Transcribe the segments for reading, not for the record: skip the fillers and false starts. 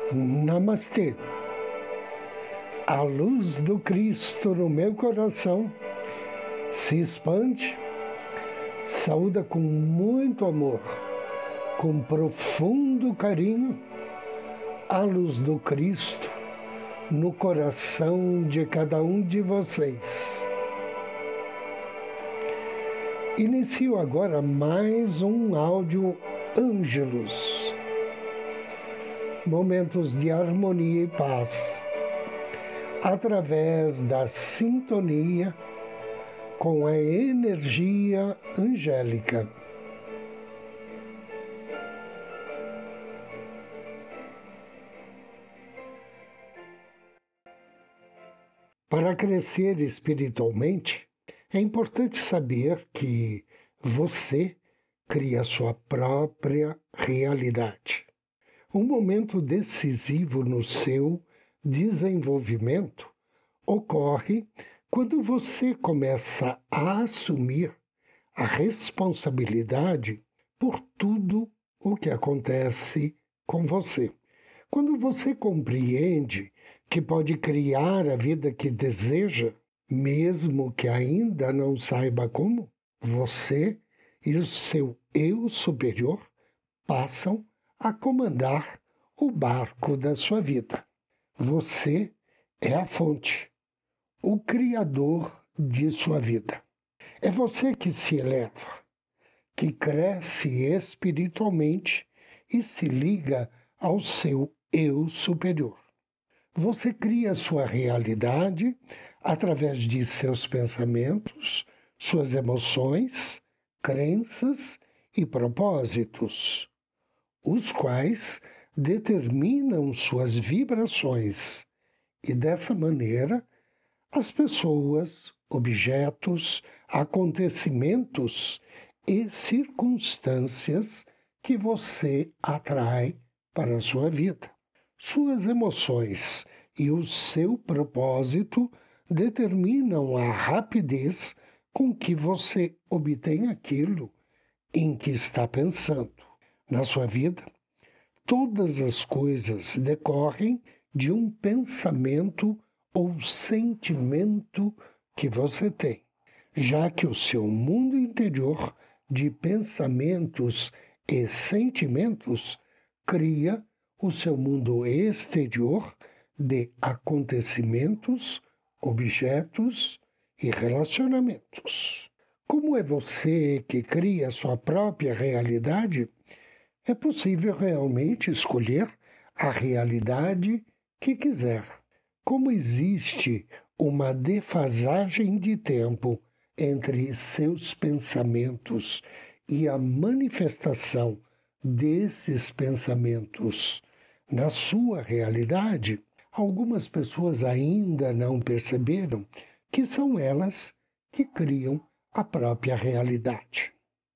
Namastê. A luz do Cristo no meu coração se expande, saúda com muito amor, com profundo carinho, a luz do Cristo no coração de cada um de vocês. Inicio agora mais um áudio Ângelos. Momentos de harmonia e paz, através da sintonia com a energia angélica. Para crescer espiritualmente, é importante saber que você cria sua própria realidade. Um momento decisivo no seu desenvolvimento ocorre quando você começa a assumir a responsabilidade por tudo o que acontece com você. Quando você compreende que pode criar a vida que deseja, mesmo que ainda não saiba como, você e o seu eu superior passam a comandar o barco da sua vida. Você é a fonte, o criador de sua vida. É você que se eleva, que cresce espiritualmente e se liga ao seu eu superior. Você cria sua realidade através de seus pensamentos, suas emoções, crenças e propósitos, os quais determinam suas vibrações. E dessa maneira, as pessoas, objetos, acontecimentos e circunstâncias que você atrai para a sua vida. Suas emoções e o seu propósito determinam a rapidez com que você obtém aquilo em que está pensando. Na sua vida, todas as coisas decorrem de um pensamento ou sentimento que você tem, já que o seu mundo interior de pensamentos e sentimentos cria o seu mundo exterior de acontecimentos, objetos e relacionamentos. Como é você que cria a sua própria realidade, é possível realmente escolher a realidade que quiser. Como existe uma defasagem de tempo entre seus pensamentos e a manifestação desses pensamentos na sua realidade, algumas pessoas ainda não perceberam que são elas que criam a própria realidade.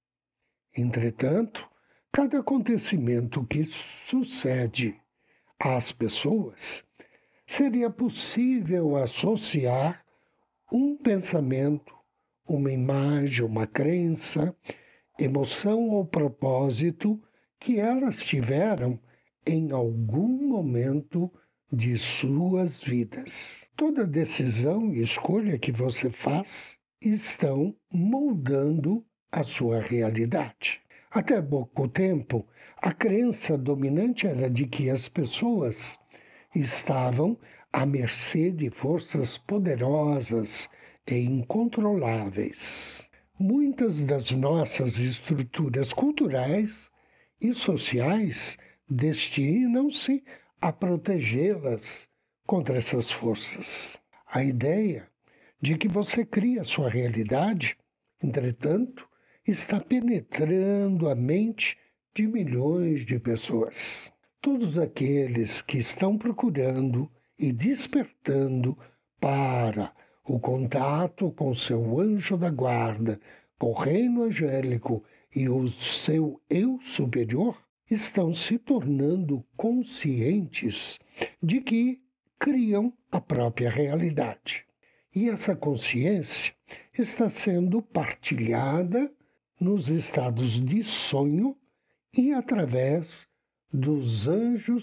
Entretanto, cada acontecimento que sucede às pessoas seria possível associar um pensamento, uma imagem, uma crença, emoção ou propósito que elas tiveram em algum momento de suas vidas. Toda decisão e escolha que você faz estão moldando a sua realidade. Até pouco tempo, a crença dominante era de que as pessoas estavam à mercê de forças poderosas e incontroláveis. Muitas das nossas estruturas culturais e sociais destinam-se a protegê-las contra essas forças. A ideia de que você cria sua realidade, entretanto, está penetrando a mente de milhões de pessoas. Todos aqueles que estão procurando e despertando para o contato com seu anjo da guarda, com o reino angélico e o seu eu superior, estão se tornando conscientes de que criam a própria realidade. E essa consciência está sendo partilhada nos estados de sonho e através dos anjos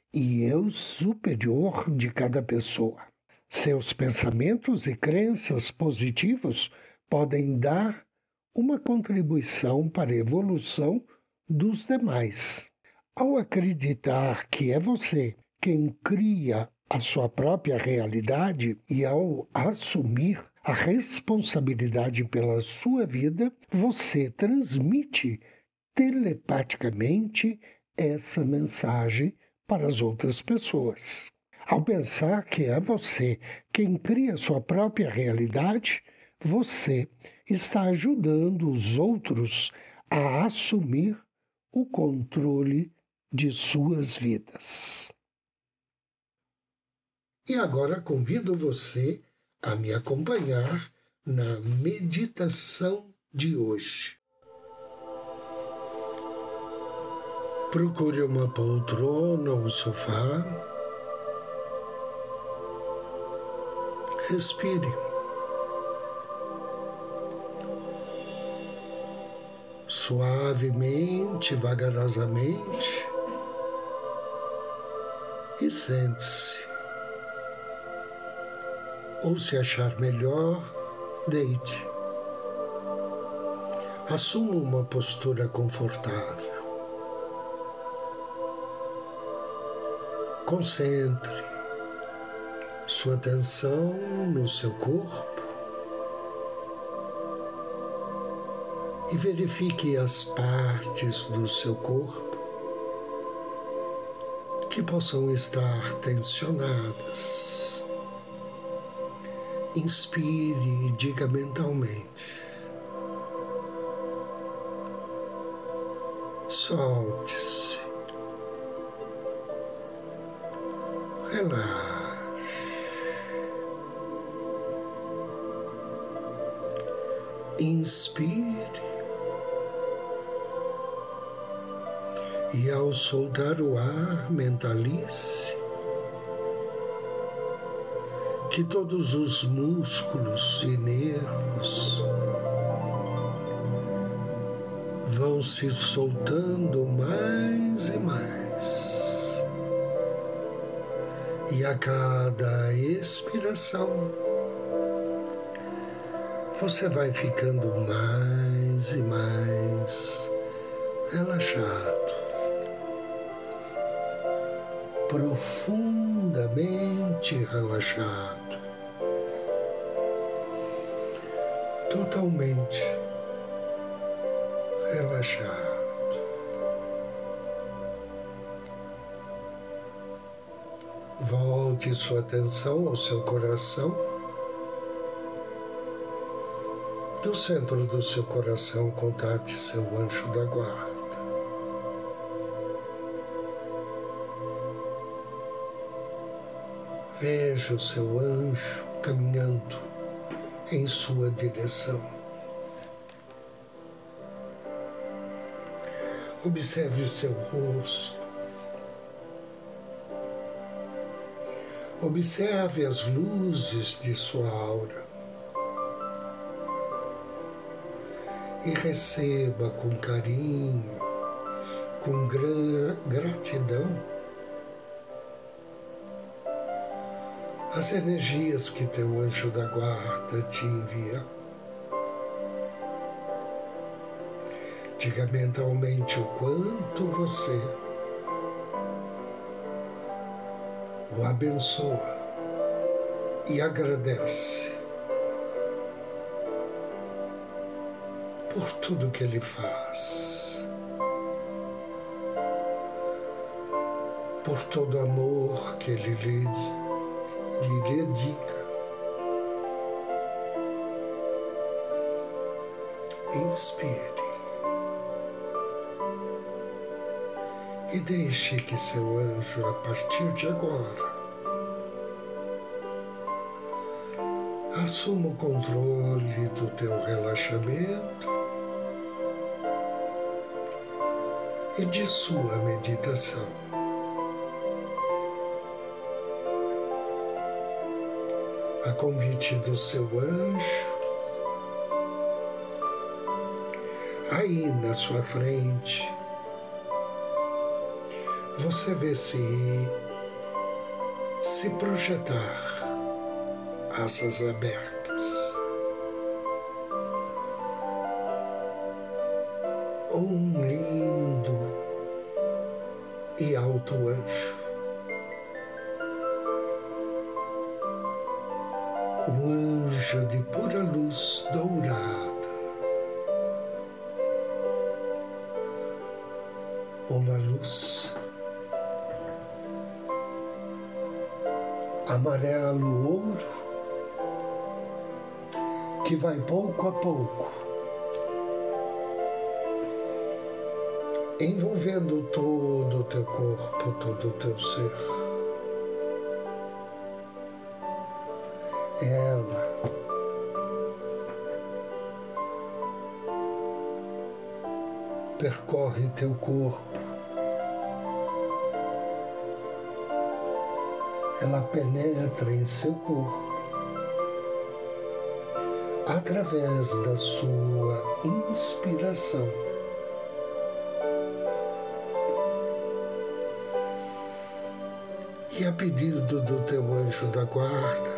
e eu superior de cada pessoa. Seus pensamentos e crenças positivos podem dar uma contribuição para a evolução dos demais. Ao acreditar que é você quem cria a sua própria realidade e ao assumir a responsabilidade pela sua vida, você transmite telepaticamente essa mensagem para as outras pessoas. Ao pensar que é você quem cria sua própria realidade, você está ajudando os outros a assumir o controle de suas vidas. E agora convido você a me acompanhar na meditação de hoje. Procure uma poltrona ou um sofá. Respire. Suavemente, vagarosamente. E sente-se. Ou, se achar melhor, deite. Assuma uma postura confortável. Concentre sua atenção no seu corpo e verifique as partes do seu corpo que possam estar tensionadas. Inspire e diga mentalmente: solte-se, relaxe. Inspire e, ao soltar o ar, mentalize que todos os músculos e nervos vão se soltando mais e mais. E a cada expiração, você vai ficando mais e mais relaxado, profundamente relaxado, totalmente relaxado. Volte sua atenção ao seu coração. Do centro do seu coração, contate seu anjo da guarda. Veja o seu anjo caminhando em sua direção. Observe seu rosto. Observe as luzes de sua aura. E receba com carinho, com gratidão, as energias que teu anjo da guarda te envia. Diga mentalmente o quanto você o abençoa e agradece por tudo que ele faz, por todo o amor que ele lhe dedica. Inspire e deixe que seu anjo, a partir de agora, assuma o controle do teu relaxamento e de sua meditação. A convite do seu anjo, aí na sua frente, você vê se projetar asas abertas. Um lindo e alto anjo. Um anjo de pura luz dourada. Uma luz amarelo ouro que vai pouco a pouco envolvendo todo o teu corpo, todo o teu ser. Ela percorre teu corpo. Ela penetra em seu corpo através da sua inspiração. E a pedido do teu anjo da guarda,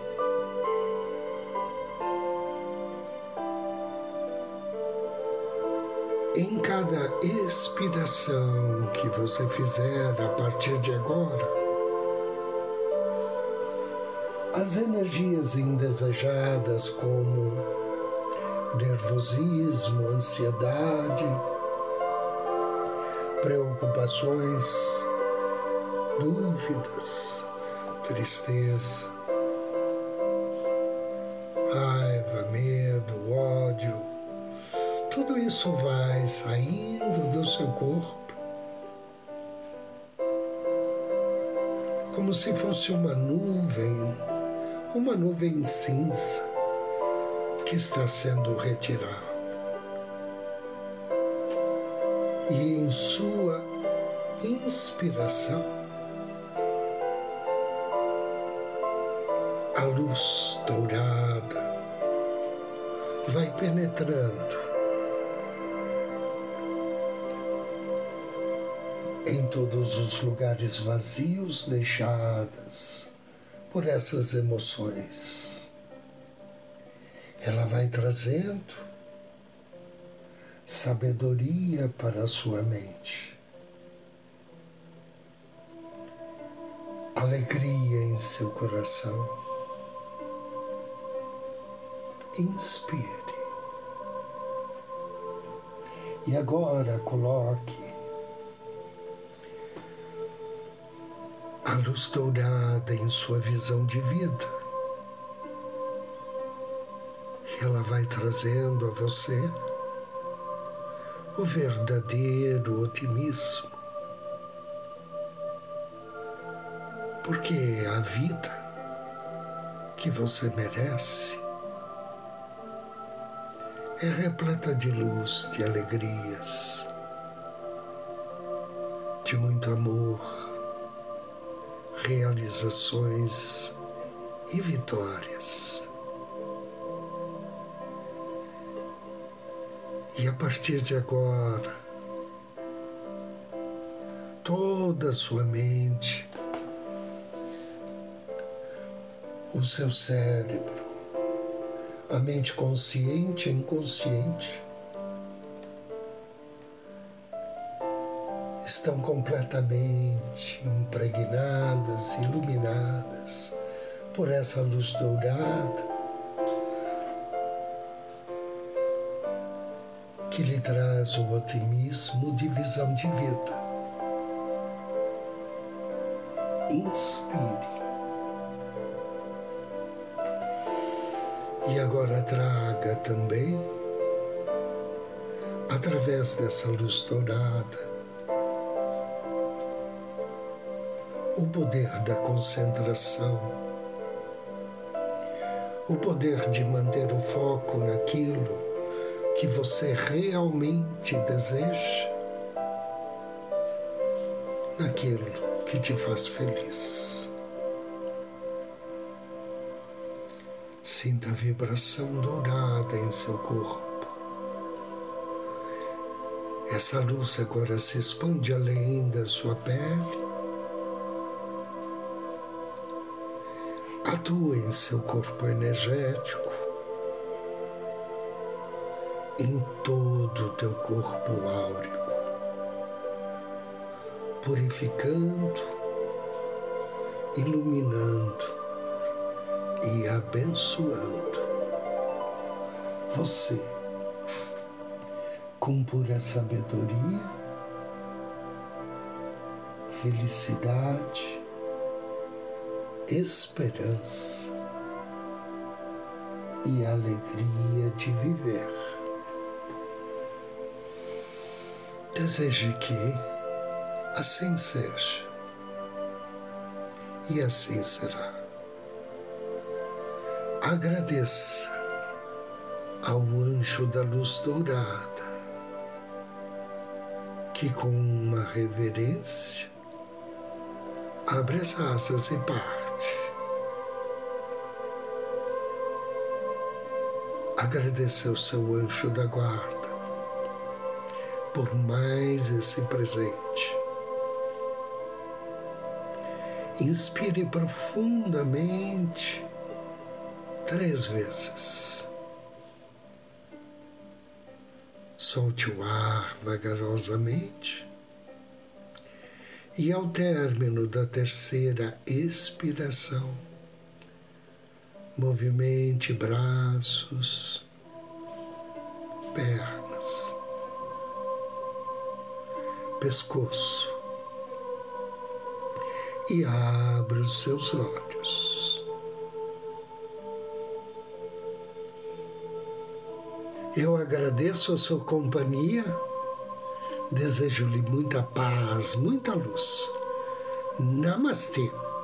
em cada expiração que você fizer a partir de agora, as energias indesejadas como nervosismo, ansiedade, preocupações, dúvidas, tristeza, raiva, medo, ódio, tudo isso vai saindo do seu corpo como se fosse uma nuvem cinza que está sendo retirada. E em sua inspiração, a luz dourada vai penetrando em todos os lugares vazios deixados por essas emoções. Ela vai trazendo sabedoria para a sua mente, alegria em seu coração. Inspire. E agora coloque a luz dourada em sua visão de vida. Ela vai trazendo a você o verdadeiro otimismo. Porque a vida que você merece é repleta de luz, de alegrias, de muito amor, realizações e vitórias. E a partir de agora, toda a sua mente, o seu cérebro, a mente consciente e inconsciente, estão completamente impregnadas, iluminadas por essa luz dourada que lhe traz o otimismo de visão de vida. Inspire. E agora traga também, através dessa luz dourada, o poder da concentração, o poder de manter o foco naquilo que você realmente deseja, naquilo que te faz feliz. Sinta a vibração dourada em seu corpo. Essa luz agora se expande além da sua pele, atua em seu corpo energético, em todo o teu corpo áurico, purificando, iluminando e abençoando você com pura sabedoria, felicidade, esperança e alegria de viver. Deseje que assim seja, e assim será. Agradeça ao anjo da luz dourada, que com uma reverência abre as asas e parte. Agradeça ao seu anjo da guarda por mais esse presente. Inspire profundamente 3 vezes. Solte o ar vagarosamente e, ao término da 3ª expiração, movimente braços, pernas, pescoço e abra os seus olhos. Eu agradeço a sua companhia, desejo-lhe muita paz, muita luz. Namastê.